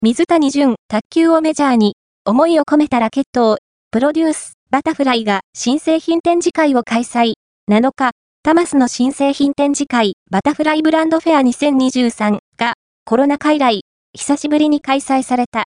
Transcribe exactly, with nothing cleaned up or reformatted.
水谷隼、卓球をメジャーに、思いを込めたラケットを、プロデュース、バタフライが新製品展示会を開催。なのか、タマスの新製品展示会、バタフライブランドフェアにせんにじゅうさんが、コロナ禍以来、久しぶりに開催された。